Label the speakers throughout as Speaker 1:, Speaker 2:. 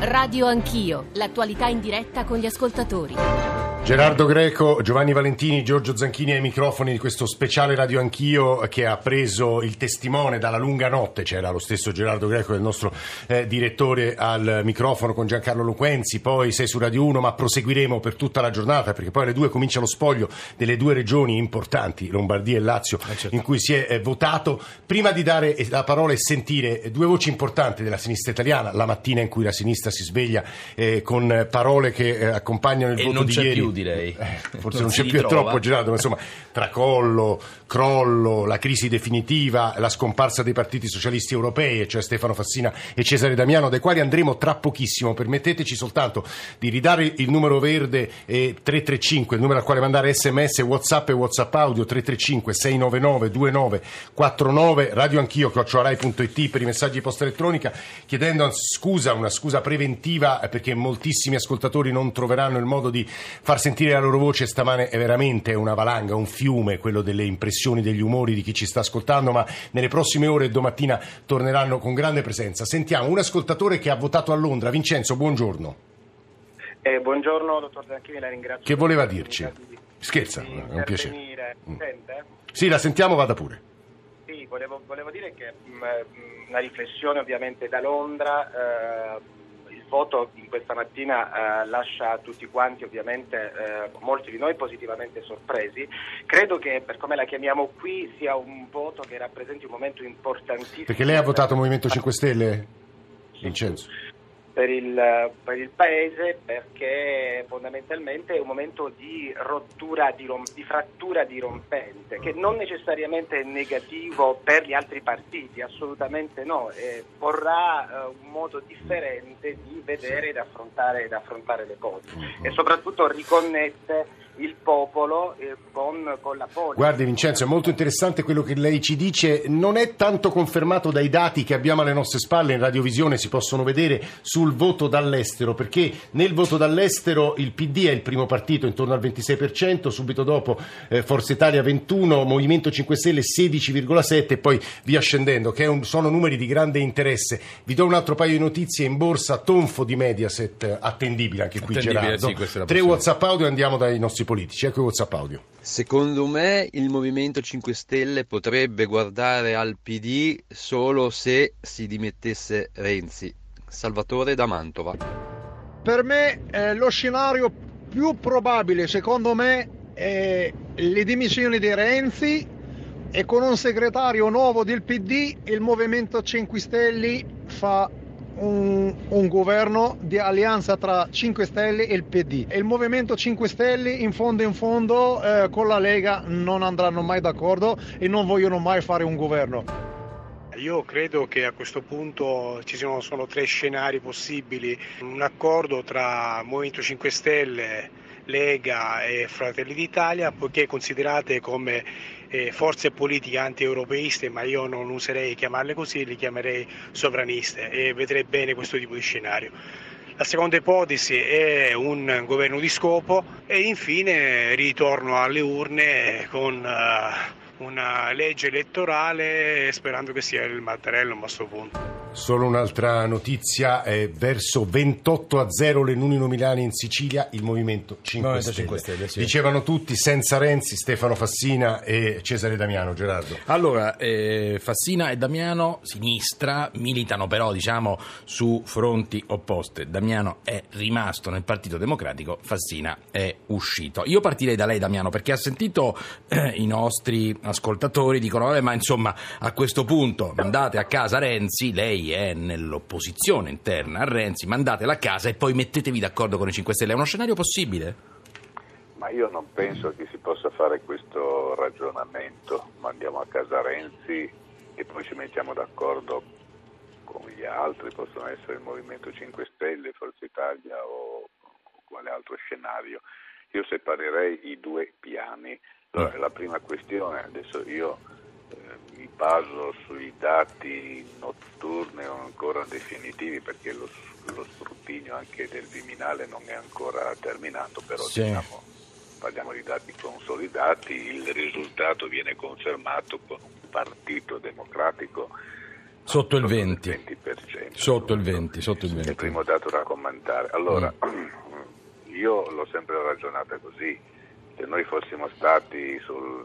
Speaker 1: Radio Anch'io, l'attualità in diretta con gli ascoltatori.
Speaker 2: Gerardo Greco, Giovanni Valentini, Giorgio Zanchini ai microfoni di questo speciale Radio Anch'io che ha preso il testimone dalla lunga notte. C'era lo stesso Gerardo Greco, il nostro direttore, al microfono con Giancarlo Loquenzi. Poi sei su Radio 1, ma proseguiremo per tutta la giornata, perché poi alle 2 comincia lo spoglio delle due regioni importanti, Lombardia e Lazio, in cui si è votato. Prima di dare la parola e sentire due voci importanti della sinistra italiana, la mattina in cui la sinistra si sveglia con parole che accompagnano il voto di ieri.
Speaker 3: Direi.
Speaker 2: Forse non c'è più, è troppo, Gerardo, ma insomma, tracollo, crollo, la crisi definitiva, la scomparsa dei partiti socialisti europei, cioè Stefano Fassina e Cesare Damiano, dai quali andremo tra pochissimo. Permetteteci soltanto di ridare il numero verde 335, il numero al quale mandare sms, whatsapp e whatsapp audio, 335 699 2949, radioanchio@rai.it per i messaggi di posta elettronica, chiedendo una scusa preventiva, perché moltissimi ascoltatori non troveranno il modo di far sentire la loro voce. Stamane è veramente una valanga, un fiume, quello delle impressioni, degli umori di chi ci sta ascoltando, ma nelle prossime ore e domattina torneranno con grande presenza. Sentiamo un ascoltatore che ha votato a Londra. Vincenzo, buongiorno.
Speaker 4: Buongiorno dottor Zanchini, la ringrazio.
Speaker 2: Che voleva dirci? Scherza, è un piacere.
Speaker 4: Sente?
Speaker 2: Sì, la sentiamo, vada pure.
Speaker 4: Sì, volevo dire che una riflessione ovviamente da Londra. Il voto in questa mattina lascia tutti quanti, ovviamente molti di noi positivamente sorpresi. Credo che, per come la chiamiamo qui, sia un voto che rappresenti un momento importantissimo.
Speaker 2: Perché lei ha votato Movimento 5 Stelle, Vincenzo?
Speaker 4: Per il Paese, perché fondamentalmente è un momento di rottura, di frattura dirompente, che non necessariamente è negativo per gli altri partiti, assolutamente no, porrà un modo differente di vedere ed affrontare le cose, e soprattutto riconnette il popolo con la politica.
Speaker 2: Guardi Vincenzo, è molto interessante quello che lei ci dice, non è tanto confermato dai dati che abbiamo alle nostre spalle, in radiovisione si possono vedere, sul voto dall'estero, perché nel voto dall'estero il PD è il primo partito, intorno al 26%, subito dopo Forza Italia 21%, Movimento 5 Stelle 16,7% e poi via scendendo, che sono numeri di grande interesse. Vi do un altro paio di notizie: in borsa tonfo di Mediaset, attendibile anche qui, Gerardo.
Speaker 3: Sì,
Speaker 2: 3 WhatsApp audio e andiamo dai nostri politici. Ecco i WhatsApp audio.
Speaker 5: Secondo me il Movimento 5 Stelle potrebbe guardare al PD solo se si dimettesse Renzi. Salvatore da Mantova.
Speaker 6: Per me lo scenario più probabile, secondo me, è le dimissioni di Renzi, e con un segretario nuovo del PD il Movimento 5 Stelle fa un governo di alleanza tra 5 Stelle e il PD. E il Movimento 5 Stelle in fondo con la Lega non andranno mai d'accordo e non vogliono mai fare un governo.
Speaker 7: Io credo che a questo punto ci sono solo 3 scenari possibili: un accordo tra Movimento 5 Stelle, Lega e Fratelli d'Italia, poiché considerate come forze politiche anti-europeiste, ma io non userei chiamarle così, li chiamerei sovraniste, e vedrei bene questo tipo di scenario. La seconda ipotesi è un governo di scopo, e infine ritorno alle urne con una legge elettorale, sperando che sia il mattarello a questo punto.
Speaker 2: Solo un'altra notizia, verso 28-0 le uninominali in Sicilia, il Movimento 5 Stelle. Sì. Dicevano tutti senza Renzi, Stefano Fassina e Cesare Damiano. Gerardo.
Speaker 3: Allora, Fassina e Damiano, sinistra, militano però su fronti opposte. Damiano è rimasto nel Partito Democratico, Fassina è uscito. Io partirei da lei, Damiano, perché ha sentito i nostri ascoltatori dicono vabbè, ma insomma a questo punto mandate a casa Renzi, lei è nell'opposizione interna a Renzi, mandatela a casa e poi mettetevi d'accordo con i 5 Stelle. È uno scenario possibile?
Speaker 8: Ma io non penso che si possa fare questo ragionamento: mandiamo a casa Renzi e poi ci mettiamo d'accordo con gli altri, possono essere il Movimento 5 Stelle, Forza Italia o quale altro scenario. Io separerei i due piani. Allora, la prima questione, adesso io mi baso sui dati notturni o ancora definitivi, perché lo scrutinio anche del Viminale non è ancora terminato, però
Speaker 3: sì.
Speaker 8: Parliamo di dati consolidati, il risultato viene confermato con un partito democratico
Speaker 3: sotto il 20%. Sotto il 20.
Speaker 8: È il primo dato da commentare. Allora, io l'ho sempre ragionata così: se noi fossimo stati sul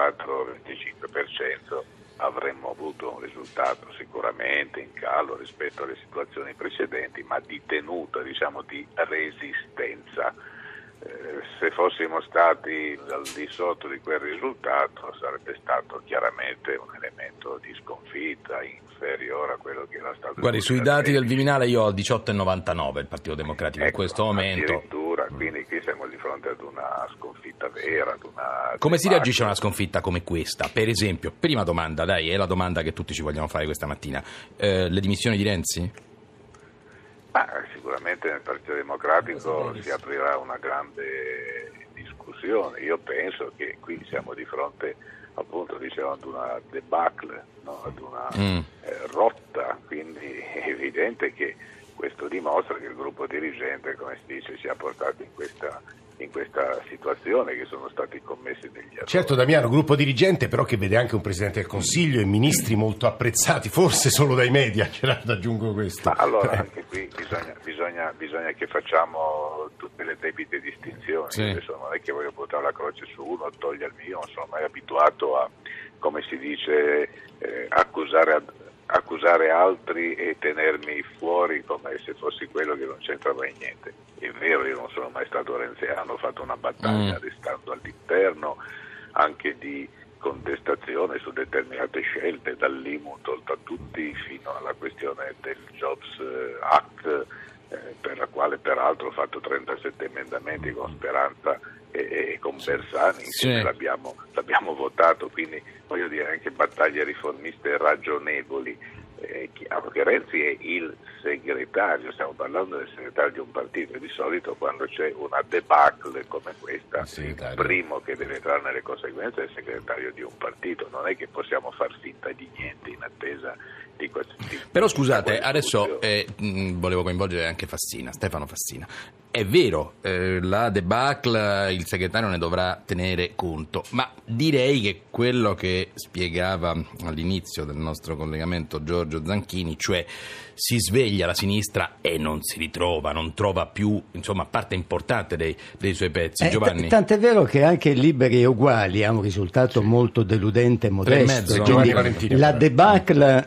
Speaker 8: 24-25% avremmo avuto un risultato sicuramente in calo rispetto alle situazioni precedenti, ma di tenuta, diciamo di resistenza. Se fossimo stati al di sotto di quel risultato sarebbe stato chiaramente un elemento di sconfitta inferiore a quello che era stato.
Speaker 3: Guardi, sui dati del Viminale io ho 18,99 il Partito Democratico in questo momento.
Speaker 8: Addirittura, quindi qui siamo di fronte ad una sconfitta vera.
Speaker 3: Come si reagisce a una sconfitta come questa? Per esempio, prima domanda, dai, è la domanda che tutti ci vogliamo fare questa mattina. Le dimissioni di Renzi?
Speaker 8: Sicuramente nel Partito Democratico si aprirà una grande discussione. Io penso che qui siamo di fronte, appunto, diciamo, ad una debacle, no? Ad una rotta, quindi è evidente che questo dimostra che il gruppo dirigente, come si dice, si è portato in questa situazione, che sono stati commessi degli errori.
Speaker 2: Certo, Damiano, gruppo dirigente però che vede anche un Presidente del Consiglio e ministri molto apprezzati, forse solo dai media, aggiungo questo.
Speaker 8: Ma allora anche qui bisogna che facciamo tutte le debite distinzioni.
Speaker 3: Sì.
Speaker 8: Adesso non è che voglio buttare la croce su uno, togliermi, io non sono mai abituato a, come si dice, accusare altri e tenermi fuori come se fossi quello che non c'entrava in niente. È vero, io non sono mai stato renziano, ho fatto una battaglia restando all'interno anche di contestazione su determinate scelte, dall'IMU tolta a tutti fino alla questione del Jobs Act, per la quale peraltro ho fatto 37 emendamenti con Speranza e con Bersani, insieme l'abbiamo votato, quindi voglio dire anche battaglie riformiste ragionevoli. È chiaro che Renzi è il segretario, stiamo parlando del segretario di un partito, e di solito quando c'è una debacle come questa il primo che deve entrare nelle conseguenze è il segretario di un partito, non è che possiamo far finta di niente in attesa di questo tipo.
Speaker 3: Però scusate, adesso volevo coinvolgere anche Stefano Fassina. È vero, la debacle il segretario ne dovrà tenere conto, ma direi che quello che spiegava all'inizio del nostro collegamento Giorgio Zanchini, cioè si sveglia la sinistra e non si ritrova, non trova più, insomma, parte importante dei suoi pezzi. Giovanni?
Speaker 9: Tant'è vero che anche Liberi e Uguali ha un risultato molto deludente e modesto. La debacle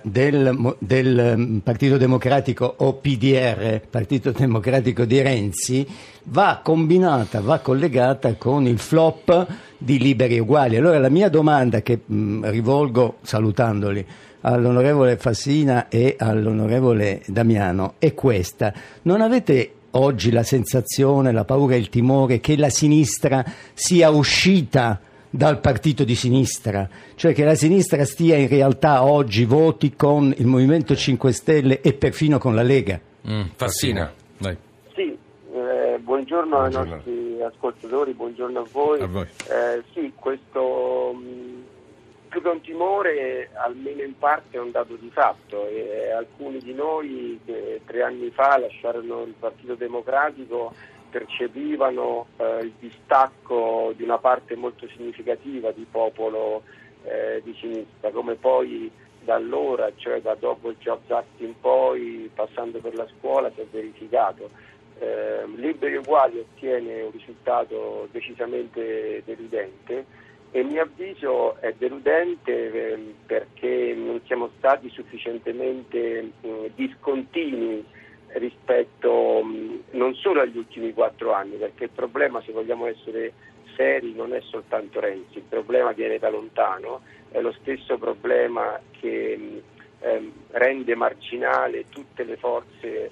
Speaker 9: del Partito Democratico o PDR, Partito Democratico di Renzi, va combinata, va collegata con il flop di Liberi e Uguali. Allora la mia domanda, che rivolgo salutandoli all'onorevole Fassina e all'onorevole Damiano, è questa: non avete oggi la sensazione, la paura e il timore che la sinistra sia uscita dal partito di sinistra, cioè che la sinistra stia in realtà oggi voti con il Movimento 5 Stelle e perfino con la Lega?
Speaker 3: Fassina, dai.
Speaker 10: Sì, buongiorno ai nostri ascoltatori, buongiorno a voi. Sì, questo più che un timore, almeno in parte è un dato di fatto, e alcuni di noi che 3 anni fa lasciarono il Partito Democratico percepivano il distacco di una parte molto significativa di popolo di sinistra, come poi da allora, cioè da dopo il Jobs Act in poi, passando per la scuola, si è verificato. Liberi e Uguali ottiene un risultato decisamente deludente, e a mio avviso è deludente perché non siamo stati sufficientemente discontinui rispetto non solo agli ultimi 4 anni, perché il problema, se vogliamo essere seri, non è soltanto Renzi, il problema viene da lontano, è lo stesso problema che rende marginale tutte le forze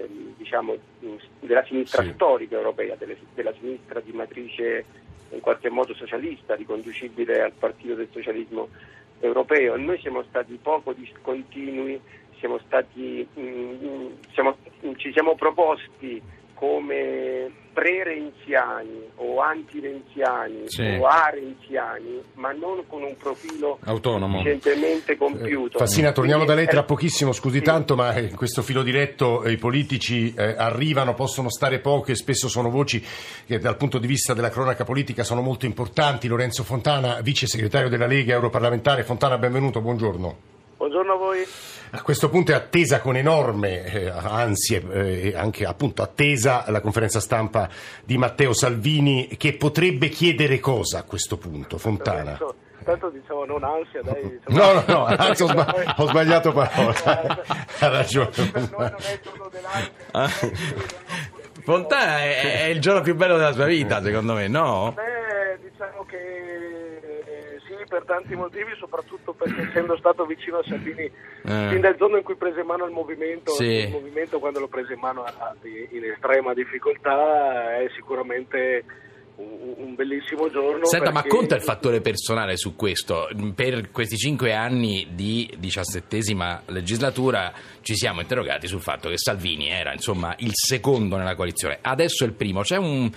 Speaker 10: della sinistra storica europea, della sinistra di matrice in qualche modo socialista, riconducibile al partito del socialismo europeo. E noi siamo stati poco discontinui, ci siamo proposti come pre-renziani o anti-renziani o a-renziani, ma non con un profilo
Speaker 3: autonomo
Speaker 10: sufficientemente compiuto.
Speaker 2: Fassina, torniamo da lei tra pochissimo, scusi tanto, ma in questo filo diretto i politici arrivano, possono stare poco e spesso sono voci che dal punto di vista della cronaca politica sono molto importanti. Lorenzo Fontana, vice segretario della Lega, europarlamentare. Fontana, benvenuto, buongiorno.
Speaker 10: Buongiorno a voi.
Speaker 2: A questo punto è attesa con enorme ansie, anche appunto attesa la conferenza stampa di Matteo Salvini, che potrebbe chiedere cosa a questo punto, Fontana?
Speaker 10: Tanto diciamo non ansia, dai. Diciamo,
Speaker 2: no, anzi ho sbagliato parola. Ha ragione.
Speaker 10: Non è il giorno dell'ansia.
Speaker 3: Fontana è il giorno più bello della sua vita, secondo me, no?
Speaker 10: Diciamo che sì, per tanti motivi, soprattutto perché essendo stato vicino a Salvini fin dal giorno in cui prese in mano il movimento, il movimento quando lo prese in mano in estrema difficoltà, è sicuramente un bellissimo giorno.
Speaker 3: Senta, ma conta il fattore personale su questo? Per questi 5 anni di 17ª legislatura ci siamo interrogati sul fatto che Salvini era insomma il secondo nella coalizione, adesso è il primo. C'è un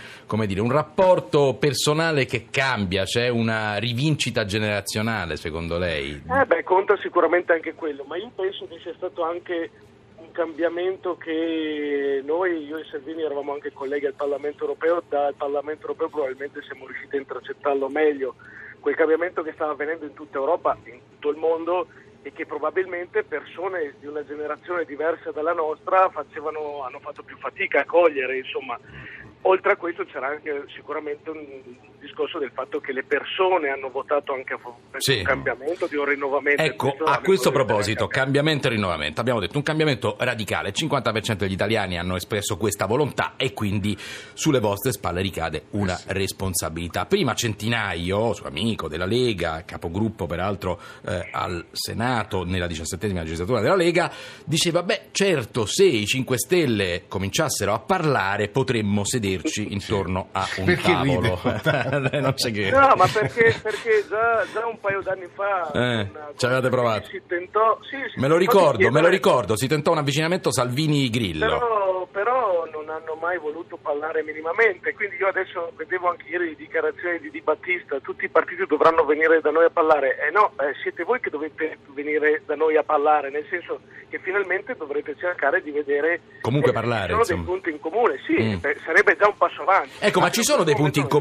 Speaker 3: rapporto personale che cambia, c'è una rivincita generazionale secondo lei?
Speaker 10: Conta sicuramente anche quello, ma io penso che sia stato anche un cambiamento che noi, io e Salvini, eravamo anche colleghi al Parlamento Europeo, dal Parlamento Europeo probabilmente siamo riusciti a intercettarlo meglio, quel cambiamento che stava avvenendo in tutta Europa, in tutto il mondo, e che probabilmente persone di una generazione diversa dalla nostra hanno fatto più fatica a cogliere, insomma. Oltre a questo c'era anche sicuramente un discorso del fatto che le persone hanno votato anche a favore di un cambiamento, di un rinnovamento.
Speaker 3: Ecco, a questo proposito, cambiamento e rinnovamento, abbiamo detto un cambiamento radicale, il 50% degli italiani hanno espresso questa volontà e quindi sulle vostre spalle ricade una responsabilità. Prima Centinaio, suo amico della Lega, capogruppo peraltro al Senato nella 17ª legislatura della Lega, diceva certo, se i 5 Stelle cominciassero a parlare potremmo sederci intorno a un tavolo. Non c'è che...
Speaker 10: No, ma perché già un paio d'anni fa
Speaker 3: ci avevate provato.
Speaker 10: Si tentò,
Speaker 3: me lo ricordo, si tentò un avvicinamento Salvini-Grillo.
Speaker 10: Però non hanno mai voluto parlare minimamente, quindi io adesso vedevo anche ieri le dichiarazioni di Di Battista, tutti i partiti dovranno venire da noi a parlare. Siete voi che dovete venire da noi a parlare, nel senso che finalmente dovrete cercare di vedere
Speaker 3: comunque parlare,
Speaker 10: ci sono dei punti in comune, sarebbe già un passo avanti.
Speaker 3: Ecco, ma ci sono dei punti in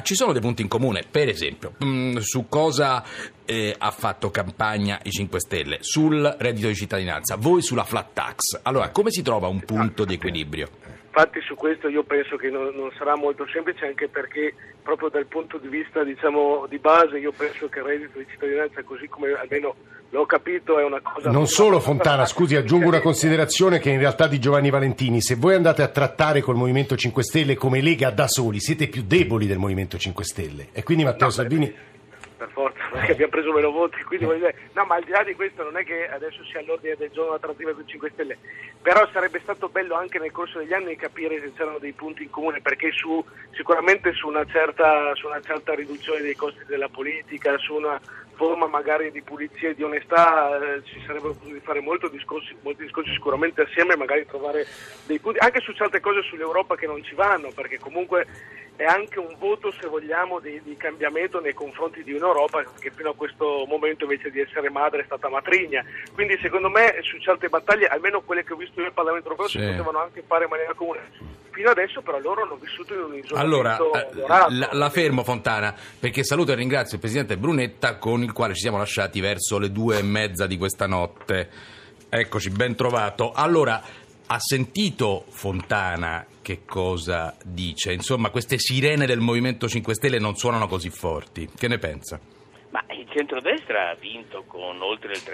Speaker 3: comune, per esempio, su cosa ha fatto campagna i 5 Stelle? Sul reddito di cittadinanza, voi sulla flat tax. Allora, come si trova un punto di equilibrio?
Speaker 10: Infatti su questo io penso che non sarà molto semplice, anche perché proprio dal punto di vista diciamo di base io penso che il reddito di cittadinanza, così come almeno l'ho capito, è una cosa...
Speaker 2: Non solo, Fontana, scusi, aggiungo una considerazione che in realtà di Giovanni Valentini: se voi andate a trattare col Movimento 5 Stelle come Lega da soli, siete più deboli del Movimento 5 Stelle, e quindi Matteo Salvini...
Speaker 10: Per forza, perché abbiamo preso meno voti, quindi voglio dire, no, ma al di là di questo non è che adesso sia all'ordine del giorno la trattativa con 5 Stelle, però sarebbe stato bello anche nel corso degli anni capire se c'erano dei punti in comune, perché sicuramente su una certa riduzione dei costi della politica, su una forma magari di pulizia e di onestà, ci sarebbero potuti fare molti discorsi sicuramente assieme, magari trovare dei punti, anche su certe cose sull'Europa che non ci vanno, perché comunque è anche un voto, se vogliamo, di cambiamento nei confronti di un'Europa che fino a questo momento, invece di essere madre, è stata matrigna. Quindi secondo me su certe battaglie, almeno quelle che ho visto io al Parlamento Europeo, si potevano anche fare in maniera comune. Fino adesso però loro hanno vissuto in un isolamento dorato.
Speaker 3: La fermo, Fontana, perché saluto e ringrazio il Presidente Brunetta, con il quale ci siamo lasciati verso le 2:30 di questa notte. Eccoci, ben trovato. Allora, ha sentito Fontana che cosa dice? Insomma, queste sirene del Movimento 5 Stelle non suonano così forti. Che ne pensa?
Speaker 11: Ma il centrodestra ha vinto con oltre il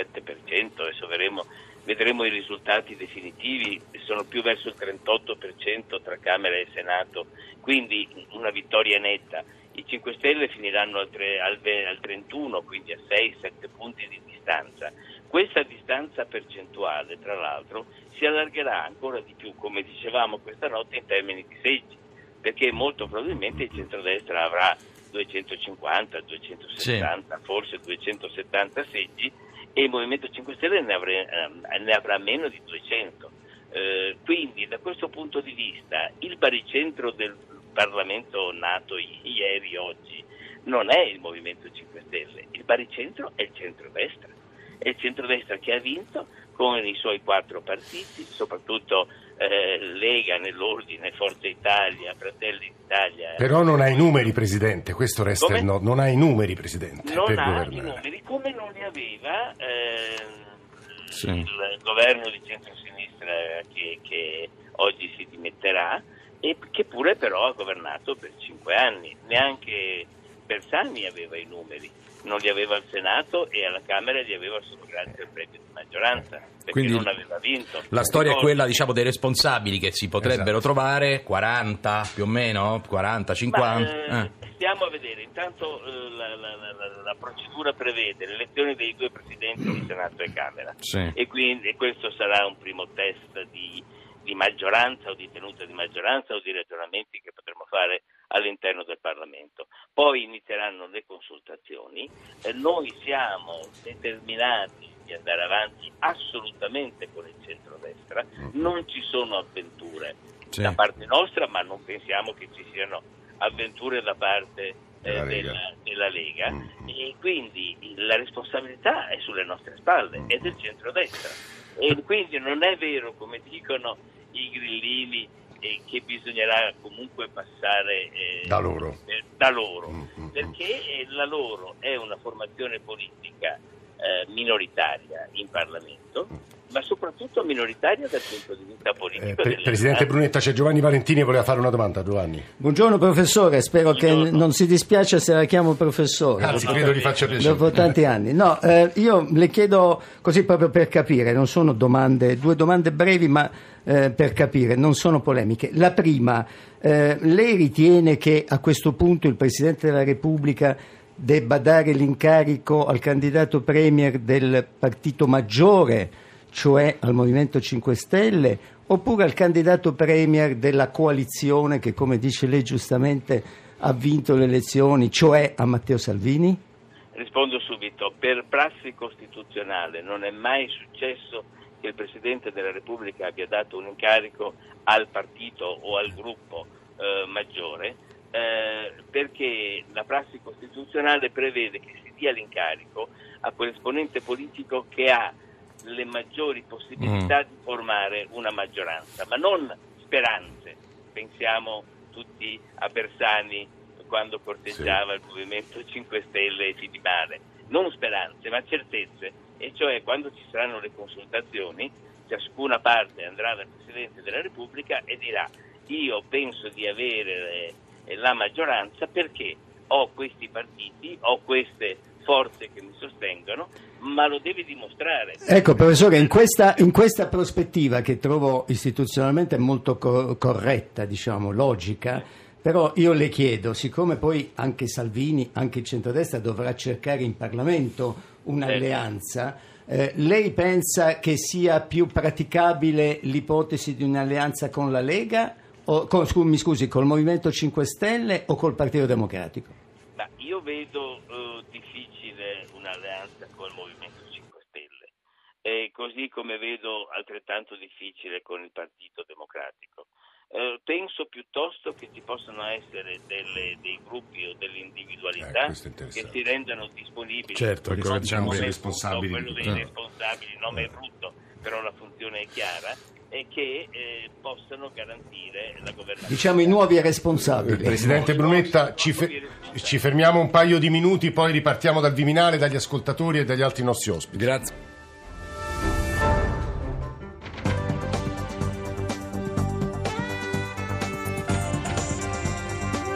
Speaker 11: 37%, adesso vedremo i risultati definitivi, sono più verso il 38% tra Camera e Senato, quindi una vittoria netta. I 5 Stelle finiranno al 31, quindi a 6-7 punti di distanza. Questa distanza percentuale, tra l'altro, si allargherà ancora di più, come dicevamo questa notte, in termini di seggi, perché molto probabilmente il centrodestra avrà 250, 270, forse 270 seggi, e il Movimento 5 Stelle ne avrà meno di 200. Quindi da questo punto di vista il baricentro del Parlamento nato ieri, oggi, non è il Movimento 5 Stelle, il baricentro è il centrodestra. È il centrodestra che ha vinto con i suoi 4 partiti, soprattutto Lega nell'ordine, Forza Italia, Fratelli d'Italia.
Speaker 2: Però non ha i numeri, Presidente, questo resta il no. Non ha i numeri, Presidente,
Speaker 11: non
Speaker 2: per
Speaker 11: ha
Speaker 2: governare.
Speaker 11: I numeri, come non li aveva il governo di centrosinistra che oggi si dimetterà, e che pure però ha governato per 5 anni. Neanche Bersani aveva i numeri, non li aveva al Senato, e alla Camera li aveva solo grazie al premio di maggioranza, perché quindi non aveva vinto.
Speaker 3: La storia è quella, diciamo, dei responsabili che si potrebbero trovare, 40 più o meno, 40, 50.
Speaker 11: Stiamo a vedere, intanto la procedura prevede l'elezione dei 2 presidenti di Senato e Camera, e quindi questo sarà un primo test di maggioranza o di tenuta di maggioranza o di ragionamenti che potremo fare all'interno del Parlamento. Poi inizieranno le consultazioni, noi siamo determinati di andare avanti assolutamente con il centrodestra, non ci sono avventure da parte nostra, ma non pensiamo che ci siano avventure da parte della Lega, e quindi la responsabilità è sulle nostre spalle, è del centrodestra, e quindi non è vero, come dicono i grillini, che bisognerà comunque passare da loro, perché la loro è una formazione politica minoritaria in Parlamento, ma soprattutto minoritaria dal punto di vista politico.
Speaker 2: Presidente Brunetta, c'è Giovanni Valentini, voleva fare una domanda. Giovanni.
Speaker 9: Buongiorno professore, spero che non si dispiace se la chiamo professore.
Speaker 2: Anzi, credo gli faccia piacere.
Speaker 9: Dopo tanti anni. No, io le chiedo così proprio per capire, non sono domande, 2 domande brevi, ma per capire, non sono polemiche. La prima, lei ritiene che a questo punto il Presidente della Repubblica debba dare l'incarico al candidato premier del partito maggiore, cioè al Movimento 5 Stelle, oppure al candidato premier della coalizione che, come dice lei giustamente, ha vinto le elezioni, cioè a Matteo Salvini?
Speaker 11: Rispondo subito. Per prassi costituzionale non è mai successo che il Presidente della Repubblica abbia dato un incarico al partito o al gruppo maggiore, perché la prassi costituzionale prevede che si dia l'incarico a quell'esponente politico che ha le maggiori possibilità di formare una maggioranza, ma non speranze. Pensiamo tutti a Bersani quando corteggiava il Movimento 5 Stelle e Fidimare, non speranze ma certezze, e cioè quando ci saranno le consultazioni ciascuna parte andrà dal Presidente della Repubblica e dirà: io penso di avere la maggioranza perché ho questi partiti, ho queste forze che mi sostengono, ma lo deve dimostrare.
Speaker 9: Ecco, professore, in questa prospettiva, che trovo istituzionalmente molto corretta, diciamo, logica, però io le chiedo, siccome poi anche Salvini, anche il centrodestra dovrà cercare in Parlamento un'alleanza, lei pensa che sia più praticabile l'ipotesi di un'alleanza con la Lega, col Movimento 5 Stelle o col Partito Democratico?
Speaker 11: Ma io vedo difficile un'alleanza con il Movimento 5 Stelle, così come vedo altrettanto difficile con il Partito Democratico. Penso piuttosto che ci possano essere dei gruppi o delle individualità che si rendano disponibili.
Speaker 2: Certo, diciamo dei responsabili.
Speaker 11: Quello dei responsabili, nome è brutto, però la funzione è chiara, e che possano garantire la governanza.
Speaker 9: Diciamo i nuovi responsabili.
Speaker 2: Presidente Brunetta, ci fermiamo un paio di minuti, poi ripartiamo dal Viminale, dagli ascoltatori e dagli altri nostri ospiti.
Speaker 3: Grazie.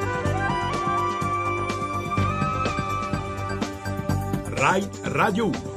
Speaker 12: Rai Radio 1.